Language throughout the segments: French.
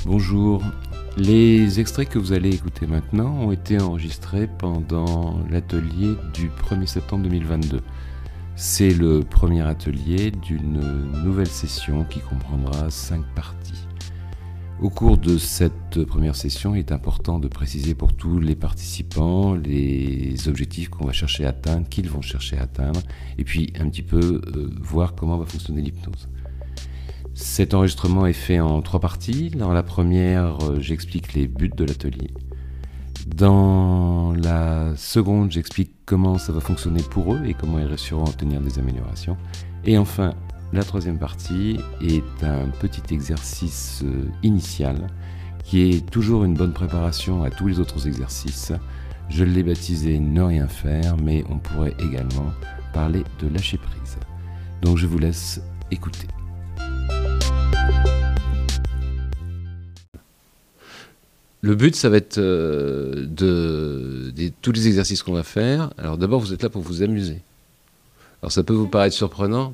Bonjour. Les extraits que vous allez écouter maintenant ont été enregistrés pendant l'atelier du 1er septembre 2022. C'est le premier atelier d'une nouvelle session qui comprendra 5 parties. Au cours de cette première session, il est important de préciser pour tous les participants les objectifs qu'on va chercher à atteindre, qu'ils vont chercher à atteindre, et puis un petit peu voir comment va fonctionner l'hypnose. Cet enregistrement est fait en 3 parties. Dans la première, j'explique les buts de l'atelier. Dans la seconde, j'explique comment ça va fonctionner pour eux et comment ils réussiront à obtenir des améliorations. Et enfin, la troisième partie est un petit exercice initial qui est toujours une bonne préparation à tous les autres exercices. Je l'ai baptisé « Ne rien faire », mais on pourrait également parler de lâcher prise. Donc je vous laisse écouter. Le but, ça va être de tous les exercices qu'on va faire. Alors d'abord, vous êtes là pour vous amuser. Alors ça peut vous paraître surprenant.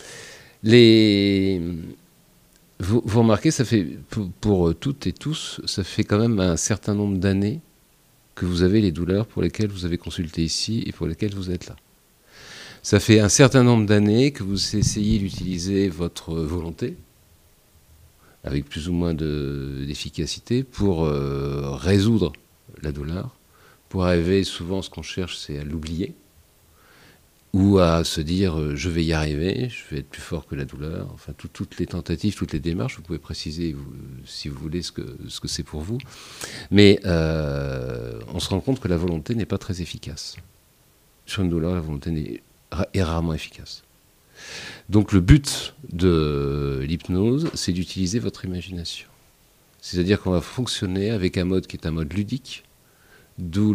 Vous remarquez, ça fait pour toutes et tous, ça fait quand même un certain nombre d'années que vous avez les douleurs pour lesquelles vous avez consulté ici et pour lesquelles vous êtes là. Ça fait un certain nombre d'années que vous essayez d'utiliser votre volonté, avec plus ou moins d'efficacité, pour résoudre la douleur. Pour arriver, souvent, ce qu'on cherche, c'est à l'oublier, ou à se dire je vais y arriver, je vais être plus fort que la douleur. Enfin, toutes les tentatives, toutes les démarches, vous pouvez préciser si vous voulez ce que c'est pour vous. Mais on se rend compte que la volonté n'est pas très efficace. Sur une douleur, la volonté est rarement efficace. Donc le but de l'hypnose, c'est d'utiliser votre imagination. C'est-à-dire qu'on va fonctionner avec un mode qui est un mode ludique, d'où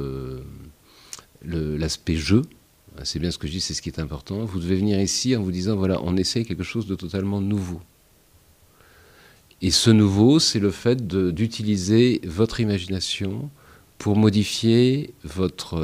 l'aspect jeu. C'est bien ce que je dis, c'est ce qui est important. Vous devez venir ici en vous disant, voilà, on essaye quelque chose de totalement nouveau. Et ce nouveau, c'est le fait d'utiliser votre imagination pour modifier votre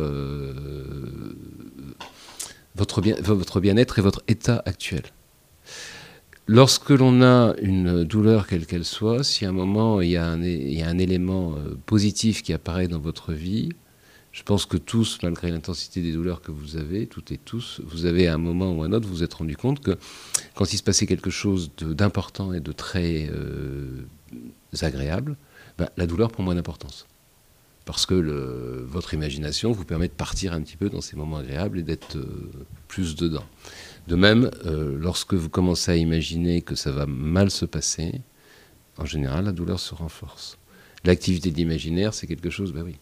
bien-être et votre état actuel. Lorsque l'on a une douleur quelle qu'elle soit, si à un moment il y a un élément positif qui apparaît dans votre vie, je pense que tous, malgré l'intensité des douleurs que vous avez, toutes et tous, vous avez à un moment ou à un autre, vous vous êtes rendu compte que quand il se passait quelque chose d'important et de très agréable, la douleur prend moins d'importance. Parce que votre imagination vous permet de partir un petit peu dans ces moments agréables et d'être plus dedans. De même, lorsque vous commencez à imaginer que ça va mal se passer, en général, la douleur se renforce. L'activité de l'imaginaire, c'est quelque chose, oui.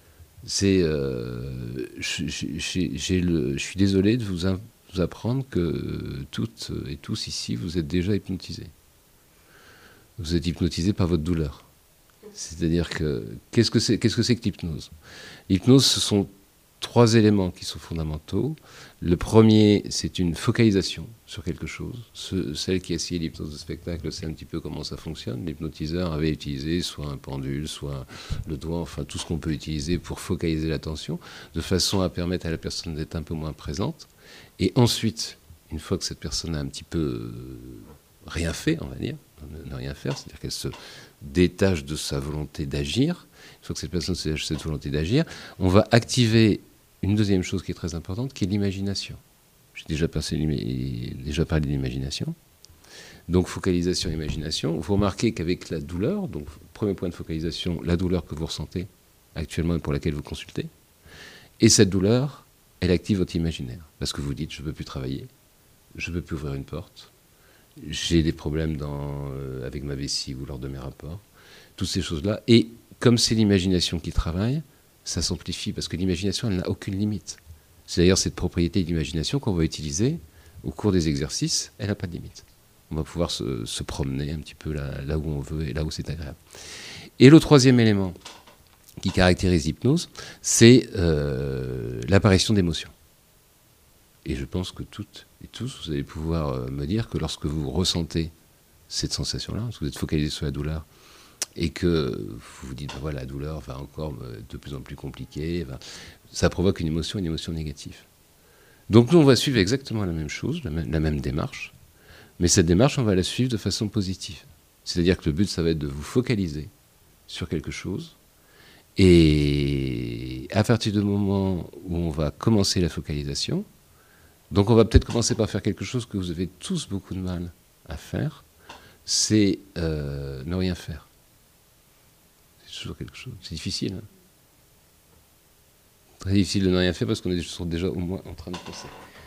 Je suis désolé de vous apprendre que toutes et tous ici, vous êtes déjà hypnotisés. Vous êtes hypnotisés par votre douleur. C'est-à-dire que, qu'est-ce que c'est que l'hypnose ? L'hypnose, ce sont 3 éléments qui sont fondamentaux. Le premier, c'est une focalisation sur quelque chose. Celle qui a essayé l'hypnose de spectacle sait un petit peu comment ça fonctionne. L'hypnotiseur avait utilisé soit un pendule, soit le doigt, enfin tout ce qu'on peut utiliser pour focaliser l'attention, de façon à permettre à la personne d'être un peu moins présente. Et ensuite, une fois que cette personne a un petit peu rien fait, on va dire, ne rien faire, c'est-à-dire qu'elle se détache de sa volonté d'agir, une fois que cette personne se détache de cette volonté d'agir, on va activer une deuxième chose qui est très importante, qui est l'imagination. J'ai déjà parlé de l'imagination. Donc focalisation, imagination. Vous remarquez qu'avec la douleur, donc premier point de focalisation, la douleur que vous ressentez actuellement et pour laquelle vous consultez, et cette douleur, elle active votre imaginaire. Parce que vous dites, je ne peux plus travailler, je ne peux plus ouvrir une porte, j'ai des problèmes avec ma vessie ou lors de mes rapports, toutes ces choses-là. Et comme c'est l'imagination qui travaille, ça s'amplifie parce que l'imagination, elle n'a aucune limite. C'est d'ailleurs cette propriété de l'imagination qu'on va utiliser au cours des exercices, elle n'a pas de limite. On va pouvoir se promener un petit peu là où on veut et là où c'est agréable. Et le troisième élément qui caractérise l'hypnose, c'est l'apparition d'émotions. Et je pense que toutes et tous, vous allez pouvoir me dire que lorsque vous ressentez cette sensation-là, parce que vous êtes focalisé sur la douleur, et que vous vous dites, voilà, la douleur va encore de plus en plus compliquée, ça provoque une émotion négative. Donc nous, on va suivre exactement la même chose, la même démarche, mais cette démarche, on va la suivre de façon positive. C'est-à-dire que le but, ça va être de vous focaliser sur quelque chose. Et à partir du moment où on va commencer la focalisation, donc on va peut-être commencer par faire quelque chose que vous avez tous beaucoup de mal à faire, c'est ne rien faire. C'est toujours quelque chose. C'est difficile. Hein, très difficile de ne rien faire parce qu'on est déjà au moins en train de penser.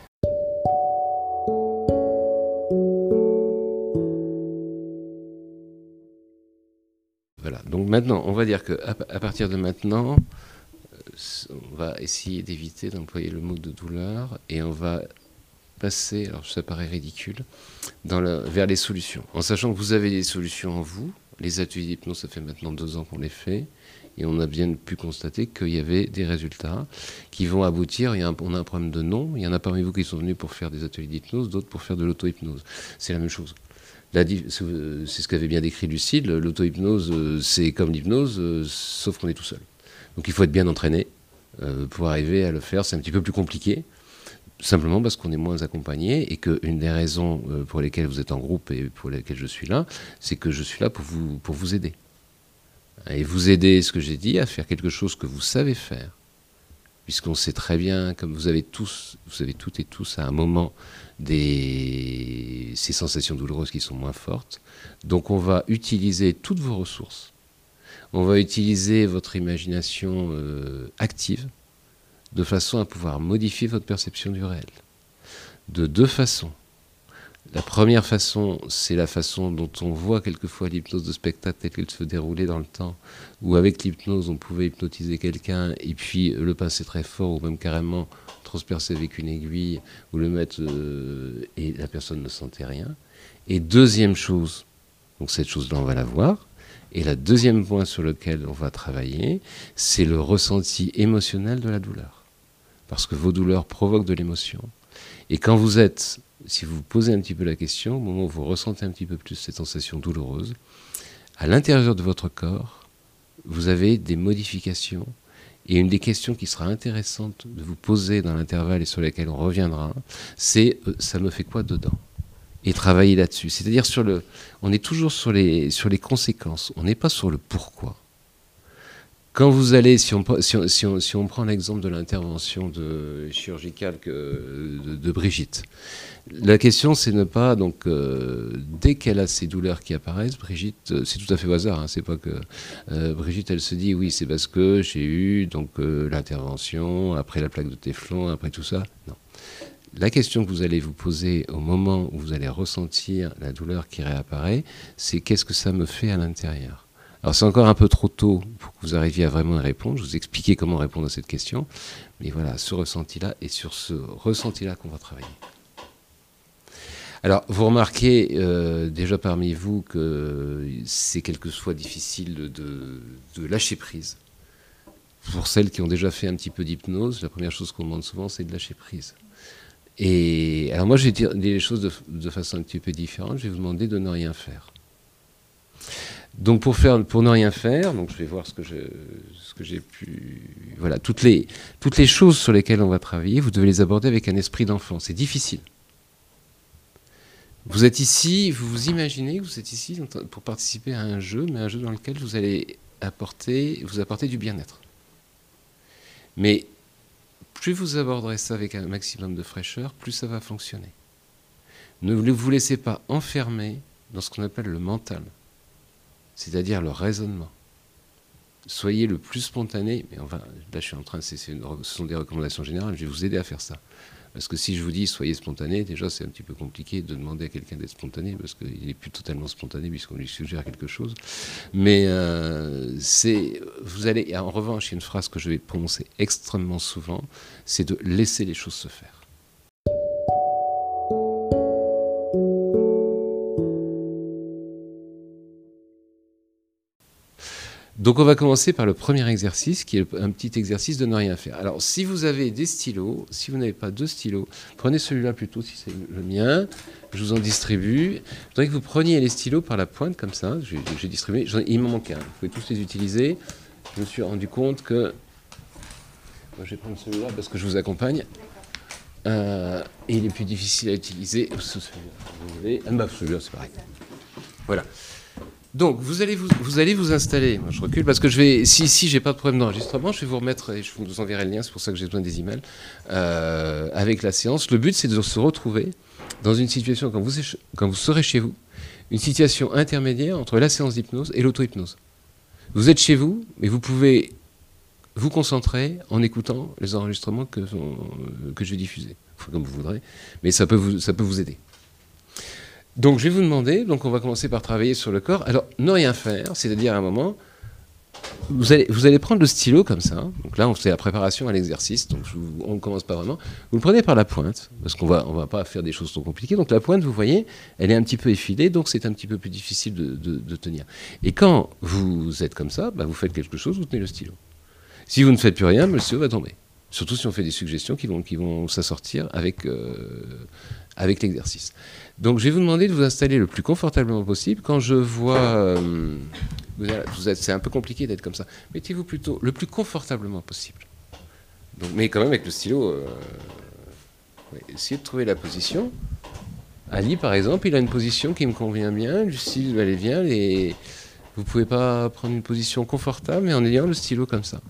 Voilà. Donc maintenant, on va dire qu'à partir de maintenant, on va essayer d'éviter d'employer le mot de douleur et on va passer, alors ça paraît ridicule, vers les solutions. En sachant que vous avez des solutions en vous, les ateliers d'hypnose, ça fait maintenant 2 ans qu'on les fait, et on a bien pu constater qu'il y avait des résultats qui vont aboutir. On a un problème de nom, il y en a parmi vous qui sont venus pour faire des ateliers d'hypnose, d'autres pour faire de l'auto-hypnose. C'est la même chose. C'est ce qu'avait bien décrit Lucille, l'auto-hypnose, c'est comme l'hypnose, sauf qu'on est tout seul. Donc il faut être bien entraîné pour arriver à le faire. C'est un petit peu plus compliqué, simplement parce qu'on est moins accompagné et qu'une des raisons pour lesquelles vous êtes en groupe et pour lesquelles je suis là, c'est que je suis là pour vous aider. Et vous aider, ce que j'ai dit, à faire quelque chose que vous savez faire, puisqu'on sait très bien, comme vous avez toutes et tous à un moment ces sensations douloureuses qui sont moins fortes. Donc on va utiliser toutes vos ressources. On va utiliser votre imagination active de façon à pouvoir modifier votre perception du réel. De 2 façons. La première façon, c'est la façon dont on voit quelquefois l'hypnose de spectacle telle qu'elle se déroulait dans le temps, où avec l'hypnose, on pouvait hypnotiser quelqu'un et puis le pincer très fort, ou même carrément transpercer avec une aiguille, ou le mettre et la personne ne sentait rien. Et deuxième chose, donc cette chose-là, on va la voir. Et le deuxième point sur lequel on va travailler, c'est le ressenti émotionnel de la douleur. Parce que vos douleurs provoquent de l'émotion. Et quand vous êtes, si vous vous posez un petit peu la question, au moment où vous ressentez un petit peu plus cette sensation douloureuse, à l'intérieur de votre corps, vous avez des modifications. Et une des questions qui sera intéressante de vous poser dans l'intervalle et sur lesquelles on reviendra, c'est ça me fait quoi dedans ? Et travailler là-dessus. C'est-à-dire on est toujours sur les conséquences, on n'est pas sur le pourquoi. Quand vous allez, si on prend l'exemple de l'intervention chirurgicale de Brigitte, la question c'est ne pas, donc, dès qu'elle a ces douleurs qui apparaissent, Brigitte, c'est tout à fait au hasard, hein, c'est pas que Brigitte elle se dit oui c'est parce que j'ai eu donc l'intervention, après la plaque de téflon, après tout ça, non. La question que vous allez vous poser au moment où vous allez ressentir la douleur qui réapparaît, c'est qu'est-ce que ça me fait à l'intérieur ? Alors c'est encore un peu trop tôt pour que vous arriviez à vraiment y répondre. Je vous ai expliqué comment répondre à cette question. Mais voilà, ce ressenti-là et sur ce ressenti-là qu'on va travailler. Alors vous remarquez déjà parmi vous que c'est quelquefois difficile de lâcher prise. Pour celles qui ont déjà fait un petit peu d'hypnose, la première chose qu'on demande souvent, c'est de lâcher prise. Et alors moi, je vais dire les choses de façon un petit peu différente. Je vais vous demander de ne rien faire. Donc pour ne rien faire, donc je vais voir ce que j'ai pu. Voilà, toutes les choses sur lesquelles on va travailler, vous devez les aborder avec un esprit d'enfant. C'est difficile. Vous êtes ici, vous vous imaginez que vous êtes ici pour participer à un jeu, mais un jeu dans lequel vous allez vous apporter du bien-être. Mais plus vous aborderez ça avec un maximum de fraîcheur, plus ça va fonctionner. Ne vous laissez pas enfermer dans ce qu'on appelle le mental, c'est-à-dire le raisonnement. Soyez le plus spontané, mais là je suis en train, ce sont des recommandations générales, je vais vous aider à faire ça. Parce que si je vous dis soyez spontané, déjà c'est un petit peu compliqué de demander à quelqu'un d'être spontané, parce qu'il n'est plus totalement spontané puisqu'on lui suggère quelque chose. Mais vous allez, en revanche, il y a une phrase que je vais prononcer extrêmement souvent, c'est de laisser les choses se faire. Donc on va commencer par le premier exercice, qui est un petit exercice de ne rien faire. Alors si vous avez des stylos, si vous n'avez pas 2 stylos, prenez celui-là plutôt, si c'est le mien, je vous en distribue. Je voudrais que vous preniez les stylos par la pointe, comme ça, j'ai distribué, il m'en manque un, vous pouvez tous les utiliser. Je me suis rendu compte que... Moi, je vais prendre celui-là parce que je vous accompagne. Et il est plus difficile à utiliser. Celui-là, celui-là c'est pareil. Voilà. Donc, vous allez vous installer. Moi, je recule parce que je vais, si j'ai pas de problème d'enregistrement, je vais vous remettre, et je vous enverrai le lien, c'est pour ça que j'ai besoin des emails, avec la séance. Le but, c'est de se retrouver dans une situation, quand vous serez chez vous, une situation intermédiaire entre la séance d'hypnose et l'auto-hypnose. Vous êtes chez vous, mais vous pouvez vous concentrer en écoutant les enregistrements que je vais diffuser. Enfin, comme vous voudrez, mais ça peut vous aider. Donc je vais vous demander, donc on va commencer par travailler sur le corps. Alors ne rien faire, c'est-à-dire à un moment, vous allez prendre le stylo comme ça. Donc là on fait la préparation à l'exercice, donc on ne commence pas vraiment. Vous le prenez par la pointe, parce qu'on va pas faire des choses trop compliquées. Donc la pointe, vous voyez, elle est un petit peu effilée, donc c'est un petit peu plus difficile de tenir. Et quand vous êtes comme ça, vous faites quelque chose, vous tenez le stylo. Si vous ne faites plus rien, le stylo va tomber. Surtout si on fait des suggestions qui vont s'assortir avec l'exercice. Donc je vais vous demander de vous installer le plus confortablement possible. Quand je vois... c'est un peu compliqué d'être comme ça. Mettez-vous plutôt le plus confortablement possible. Donc, mais quand même avec le stylo, essayez de trouver la position. Ali, par exemple, il a une position qui me convient bien. Lucille, elle est bien. Vous ne pouvez pas prendre une position confortable, mais en ayant le stylo comme ça.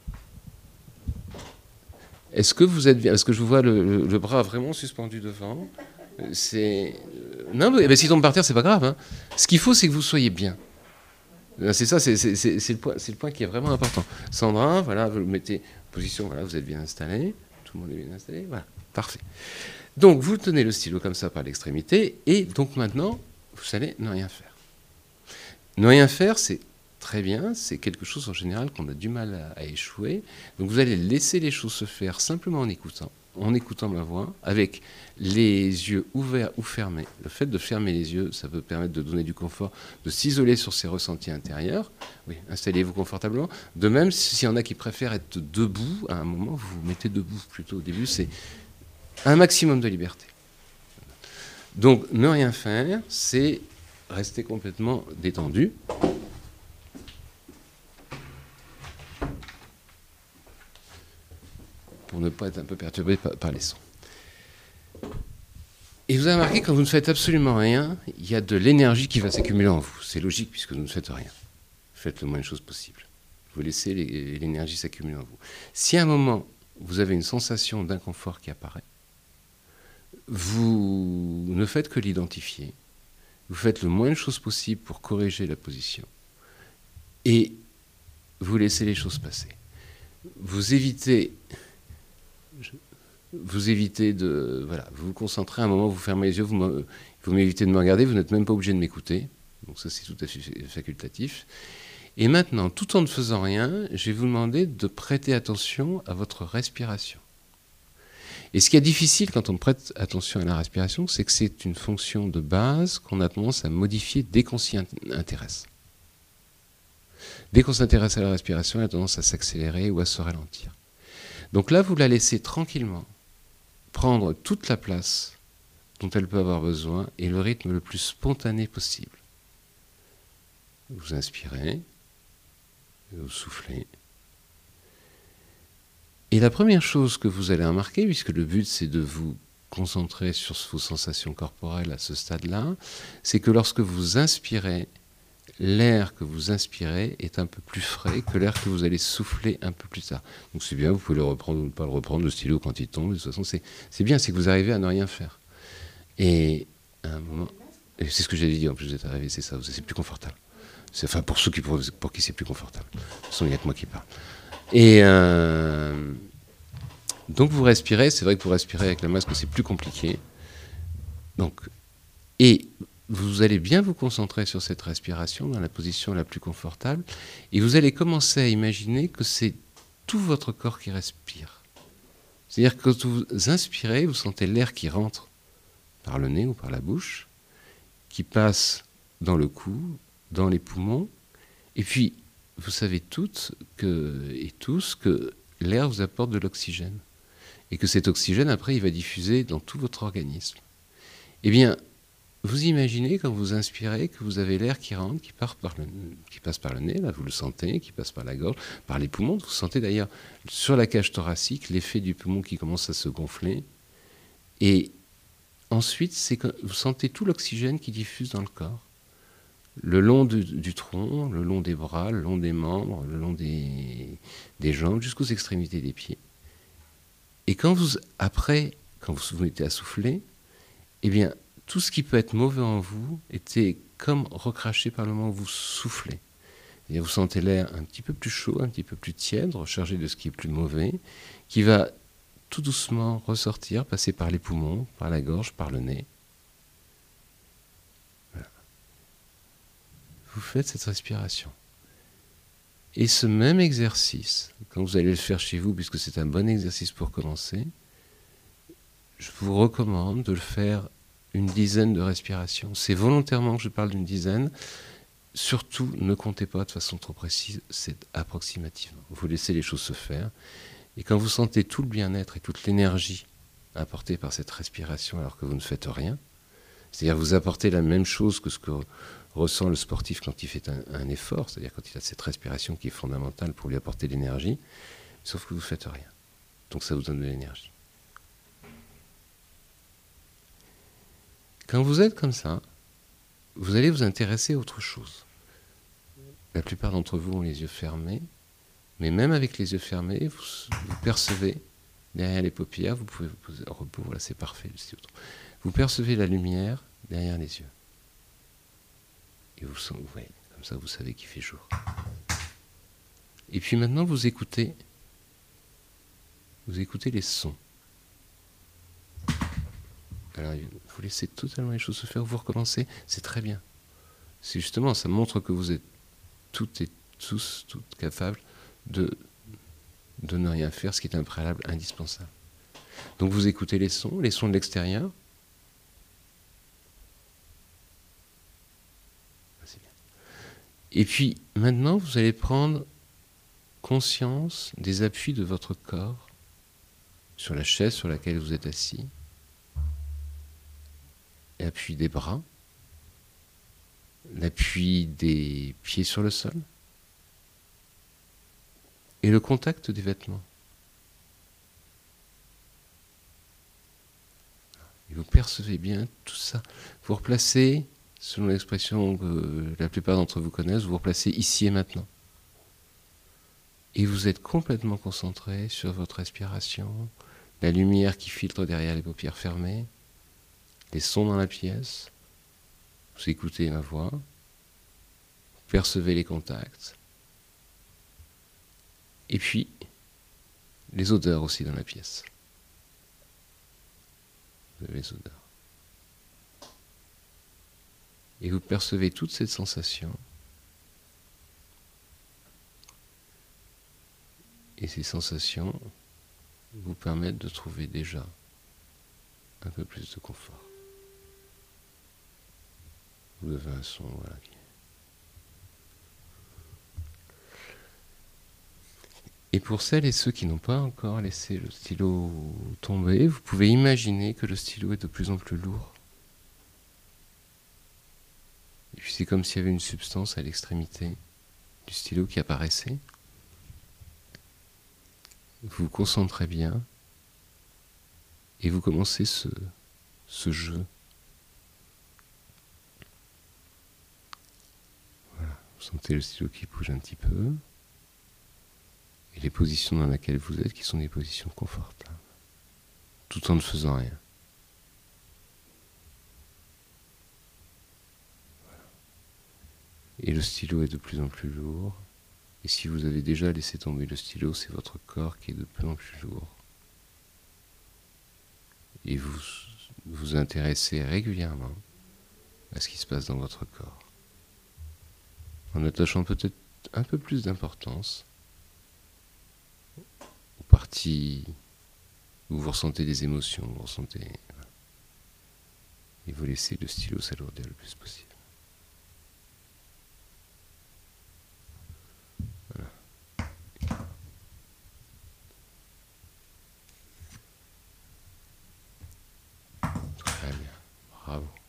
Est-ce que vous êtes bien? Parce que je vous vois le bras vraiment suspendu devant. Non, mais s'il tombe par terre, c'est pas grave. Hein. Ce qu'il faut, c'est que vous soyez bien. C'est ça, c'est le point qui est vraiment important. Sandra, voilà, vous mettez en position, voilà, vous êtes bien installé. Tout le monde est bien installé. Voilà, parfait. Donc, vous tenez le stylo comme ça par l'extrémité. Et donc maintenant, vous allez ne rien faire. Ne rien faire, c'est très bien, c'est quelque chose en général qu'on a du mal à échouer. Donc vous allez laisser les choses se faire simplement en écoutant ma voix, avec les yeux ouverts ou fermés. Le fait de fermer les yeux, ça peut permettre de donner du confort, de s'isoler sur ses ressentis intérieurs. Oui, installez-vous confortablement. De même, s'il y en a qui préfèrent être debout, à un moment, vous vous mettez debout plutôt. Au début, c'est un maximum de liberté. Donc ne rien faire, c'est rester complètement détendu. Pour ne pas être un peu perturbé par les sons. Et vous avez remarqué, quand vous ne faites absolument rien, il y a de l'énergie qui va s'accumuler en vous. C'est logique puisque vous ne faites rien. Faites le moins de choses possible. Vous laissez l'énergie s'accumuler en vous. Si à un moment, vous avez une sensation d'inconfort qui apparaît, vous ne faites que l'identifier. Vous faites le moins de choses possible pour corriger la position. Et vous laissez les choses passer. Vous évitez de... Voilà, vous vous concentrez à un moment, vous fermez les yeux, vous m'évitez de me regarder, vous n'êtes même pas obligé de m'écouter. Donc ça, c'est tout à fait facultatif. Et maintenant, tout en ne faisant rien, je vais vous demander de prêter attention à votre respiration. Et ce qui est difficile quand on prête attention à la respiration, c'est que c'est une fonction de base qu'on a tendance à modifier dès qu'on s'y intéresse. Dès qu'on s'intéresse à la respiration, elle a tendance à s'accélérer ou à se ralentir. Donc là, vous la laissez tranquillement prendre toute la place dont elle peut avoir besoin et le rythme le plus spontané possible. Vous inspirez, vous soufflez. Et la première chose que vous allez remarquer, puisque le but c'est de vous concentrer sur vos sensations corporelles à ce stade-là, c'est que lorsque vous inspirez, l'air que vous inspirez est un peu plus frais que l'air que vous allez souffler un peu plus tard. Donc c'est bien, vous pouvez le reprendre ou ne pas le reprendre, le stylo quand il tombe. De toute façon, c'est bien, c'est que vous arrivez à ne rien faire. Et à un moment, et c'est ce que j'avais dit, en plus vous êtes arrivé, c'est ça, c'est plus confortable. Enfin, pour ceux pour qui c'est plus confortable. De toute façon, il n'y a que moi qui parle. Et donc vous respirez, c'est vrai que pour respirer avec le masque, c'est plus compliqué. Donc, et vous allez bien vous concentrer sur cette respiration dans la position la plus confortable et vous allez commencer à imaginer que c'est tout votre corps qui respire. C'est-à-dire que quand vous inspirez, vous sentez l'air qui rentre par le nez ou par la bouche, qui passe dans le cou, dans les poumons, et puis vous savez toutes et tous que l'air vous apporte de l'oxygène et que cet oxygène, après, il va diffuser dans tout votre organisme. Eh bien, vous imaginez, quand vous inspirez, que vous avez l'air qui rentre, qui passe par le nez, là vous le sentez, qui passe par la gorge, par les poumons. Vous sentez d'ailleurs sur la cage thoracique l'effet du poumon qui commence à se gonfler. Et ensuite, c'est que vous sentez tout l'oxygène qui diffuse dans le corps. le long du tronc, le long des bras, le long des membres, le long des jambes, jusqu'aux extrémités des pieds. Et quand vous vous mettez à souffler, eh bien, tout ce qui peut être mauvais en vous était comme recraché par le moment où vous soufflez. Et vous sentez l'air un petit peu plus chaud, un petit peu plus tiède, rechargé de ce qui est plus mauvais, qui va tout doucement ressortir, passer par les poumons, par la gorge, par le nez. Voilà. Vous faites cette respiration. Et ce même exercice, quand vous allez le faire chez vous, puisque c'est un bon exercice pour commencer, je vous recommande de le faire une dizaine de respirations. C'est volontairement que je parle d'une dizaine. Surtout, ne comptez pas de façon trop précise, c'est approximativement. Vous laissez les choses se faire. Et quand vous sentez tout le bien-être et toute l'énergie apportée par cette respiration alors que vous ne faites rien, c'est-à-dire vous apportez la même chose que ce que ressent le sportif quand il fait un effort, c'est-à-dire quand il a cette respiration qui est fondamentale pour lui apporter de l'énergie, sauf que vous ne faites rien. Donc ça vous donne de l'énergie. Quand vous êtes comme ça, vous allez vous intéresser à autre chose. La plupart d'entre vous ont les yeux fermés, mais même avec les yeux fermés, vous percevez derrière les paupières, vous pouvez vous poser en repos, voilà, c'est parfait. Vous percevez la lumière derrière les yeux. Et vous voyez, comme ça vous savez qu'il fait jour. Et puis maintenant vous écoutez les sons. Alors vous laissez totalement les choses se faire, vous recommencez, c'est très bien. C'est justement, ça montre que vous êtes toutes et tous, toutes capables de ne rien faire, ce qui est un préalable indispensable. Donc vous écoutez les sons de l'extérieur. C'est bien. Et puis maintenant, vous allez prendre conscience des appuis de votre corps sur la chaise sur laquelle vous êtes assis, l'appui des bras, l'appui des pieds sur le sol et le contact des vêtements. Et vous percevez bien tout ça. Vous replacez, selon l'expression que la plupart d'entre vous connaissent, vous vous replacez ici et maintenant. Et vous êtes complètement concentré sur votre respiration, la lumière qui filtre derrière les paupières fermées, les sons dans la pièce. Vous écoutez ma voix, vous percevez les contacts, et puis les odeurs aussi dans la pièce. Vous avez les odeurs. Et vous percevez toute cette sensation. Et ces sensations vous permettent de trouver déjà un peu plus de confort. Vous avez un son, voilà. Et pour celles et ceux qui n'ont pas encore laissé le stylo tomber, vous pouvez imaginer que le stylo est de plus en plus lourd. Et puis c'est comme s'il y avait une substance à l'extrémité du stylo qui apparaissait. Vous vous concentrez bien et vous commencez ce jeu. Voilà. Vous sentez le stylo qui bouge un petit peu et les positions dans lesquelles vous êtes qui sont des positions confortables, tout en ne faisant rien. Voilà. Et le stylo est de plus en plus lourd. Et si vous avez déjà laissé tomber le stylo, c'est votre corps qui est de plus en plus lourd. Et vous vous intéressez régulièrement à ce qui se passe dans votre corps, en attachant peut-être un peu plus d'importance aux parties où vous ressentez des émotions, vous ressentez... Voilà. Et vous laissez le stylo s'alourdir le plus possible. Voilà. Très bien, bravo.